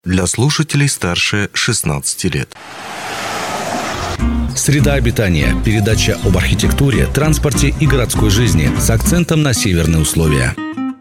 Для слушателей старше 16 лет. Среда обитания. Передача об архитектуре, транспорте и городской жизни с акцентом на северные условия.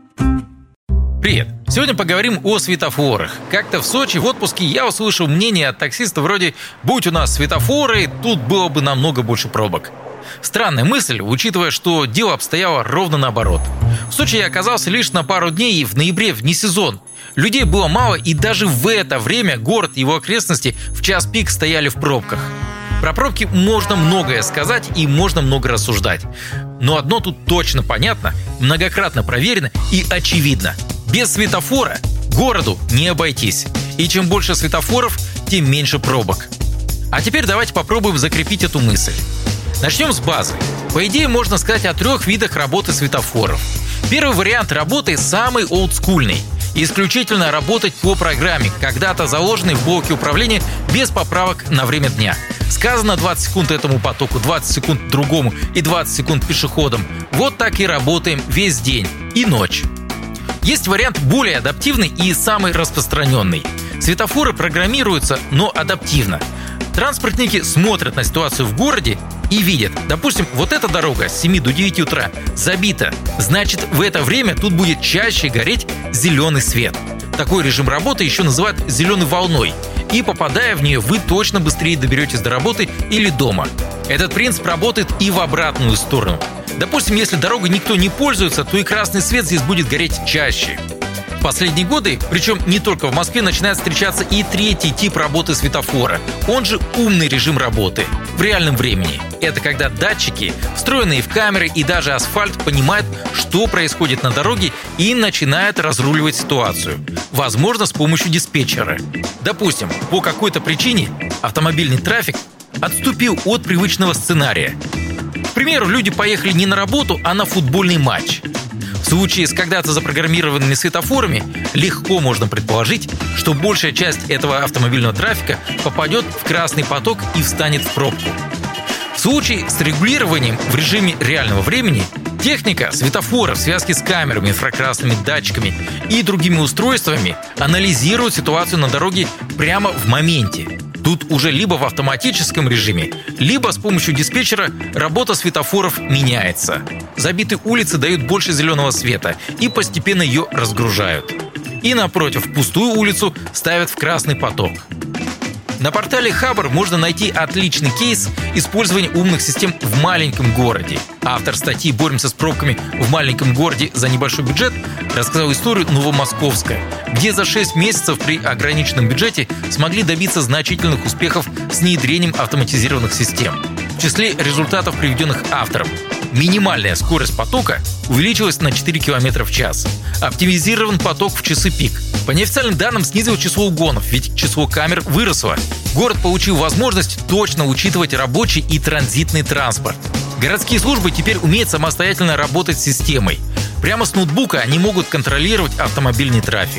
Привет! Сегодня поговорим о светофорах. Как-то в Сочи в отпуске я услышал мнение от таксиста вроде «Будь у нас светофоры, тут было бы намного больше пробок». Странная мысль, учитывая, что дело обстояло ровно наоборот. В Сочи я оказался лишь на пару дней, и в ноябре, вне сезон. Людей было мало, и даже в это время город и его окрестности в час пик стояли в пробках. Про пробки можно многое сказать и можно много рассуждать. Но одно тут точно понятно, многократно проверено и очевидно. Без светофора городу не обойтись. И чем больше светофоров, тем меньше пробок. А теперь давайте попробуем закрепить эту мысль. Начнем с базы. По идее, можно сказать о 3 видах работы светофоров. Первый вариант работы самый олдскульный. Исключительно работать по программе, когда-то заложенной в блоке управления без поправок на время дня. Сказано 20 секунд этому потоку, 20 секунд другому и 20 секунд пешеходам. Вот так и работаем весь день и ночь. Есть вариант более адаптивный и самый распространенный. Светофоры программируются, но адаптивно. Транспортники смотрят на ситуацию в городе и видят, допустим, вот эта дорога с 7 до 9 утра забита, значит, в это время тут будет чаще гореть зеленый свет. Такой режим работы еще называют зеленой волной, и попадая в нее, вы точно быстрее доберетесь до работы или дома. Этот принцип работает и в обратную сторону. Допустим, если дорогой никто не пользуется, то и красный свет здесь будет гореть чаще. В последние годы, причем не только в Москве, начинает встречаться и третий тип работы светофора, он же умный режим работы в реальном времени. Это когда датчики, встроенные в камеры и даже асфальт, понимают, что происходит на дороге и начинают разруливать ситуацию. Возможно, с помощью диспетчера. Допустим, по какой-то причине автомобильный трафик отступил от привычного сценария. К примеру, люди поехали не на работу, а на футбольный матч. В случае с когда-то запрограммированными светофорами легко можно предположить, что большая часть этого автомобильного трафика попадет в красный поток и встанет в пробку. В случае с регулированием в режиме реального времени техника светофора в связке с камерами, инфракрасными датчиками и другими устройствами анализирует ситуацию на дороге прямо в моменте. Тут уже либо в автоматическом режиме, либо с помощью диспетчера работа светофоров меняется. Забитые улицы дают больше зеленого света и постепенно ее разгружают. И напротив, пустую улицу ставят в красный поток. На портале Хабр можно найти отличный кейс использования умных систем в маленьком городе. Автор статьи «Боремся с пробками в маленьком городе за небольшой бюджет» рассказал историю Новомосковска, где за 6 месяцев при ограниченном бюджете смогли добиться значительных успехов с внедрением автоматизированных систем. В числе результатов, приведенных автором, минимальная скорость потока увеличилась на 4 км в час. Оптимизирован поток в часы пик. По неофициальным данным, снизилось число угонов, ведь число камер выросло. Город получил возможность точно учитывать рабочий и транзитный транспорт. Городские службы теперь умеют самостоятельно работать с системой. Прямо с ноутбука они могут контролировать автомобильный трафик.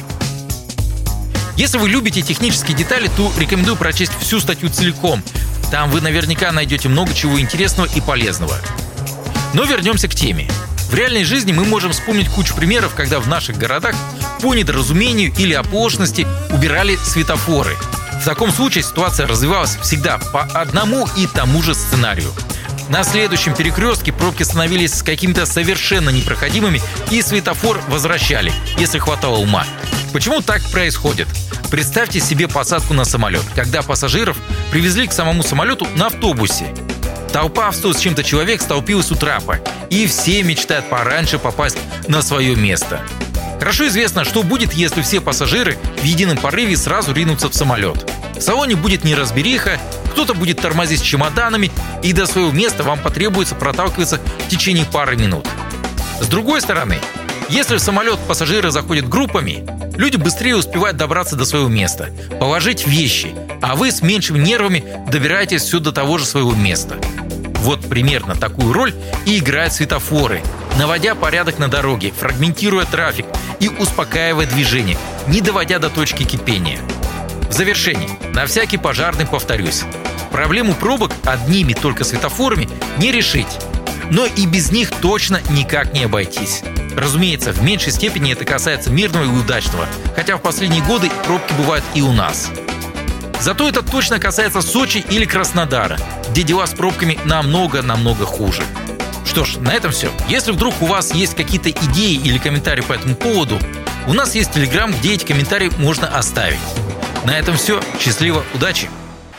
Если вы любите технические детали, то рекомендую прочесть всю статью целиком. Там вы наверняка найдете много чего интересного и полезного. Но вернемся к теме. В реальной жизни мы можем вспомнить кучу примеров, когда в наших городах по недоразумению или оплошности убирали светофоры. В таком случае ситуация развивалась всегда по одному и тому же сценарию. На следующем перекрестке пробки становились какими-то совершенно непроходимыми, и светофор возвращали, если хватало ума. Почему так происходит? Представьте себе посадку на самолет, когда пассажиров привезли к самому самолету на автобусе. Толпа в 100 с чем-то человек столпилась у трапа, и все мечтают пораньше попасть на свое место. Хорошо известно, что будет, если все пассажиры в едином порыве сразу ринутся в самолет. В салоне будет неразбериха, кто-то будет тормозить с чемоданами, и до своего места вам потребуется проталкиваться в течение пары минут. С другой стороны, если в самолет пассажиры заходят группами, люди быстрее успевают добраться до своего места, положить вещи, а вы с меньшими нервами добираетесь все до того же своего места. Вот примерно такую роль и играют светофоры, наводя порядок на дороге, фрагментируя трафик и успокаивая движение, не доводя до точки кипения. В завершении, на всякий пожарный повторюсь, проблему пробок одними только светофорами не решить, но и без них точно никак не обойтись. Разумеется, в меньшей степени это касается Мирного и Удачного, хотя в последние годы пробки бывают и у нас. Зато это точно касается Сочи или Краснодара, где дела с пробками намного хуже. Что ж, на этом все. Если вдруг у вас есть какие-то идеи или комментарии по этому поводу, у нас есть Telegram, где эти комментарии можно оставить. На этом все. Счастливо, удачи!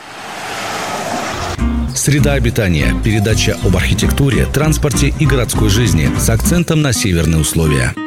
Среда обитания. Передача об архитектуре, транспорте и городской жизни с акцентом на северные условия.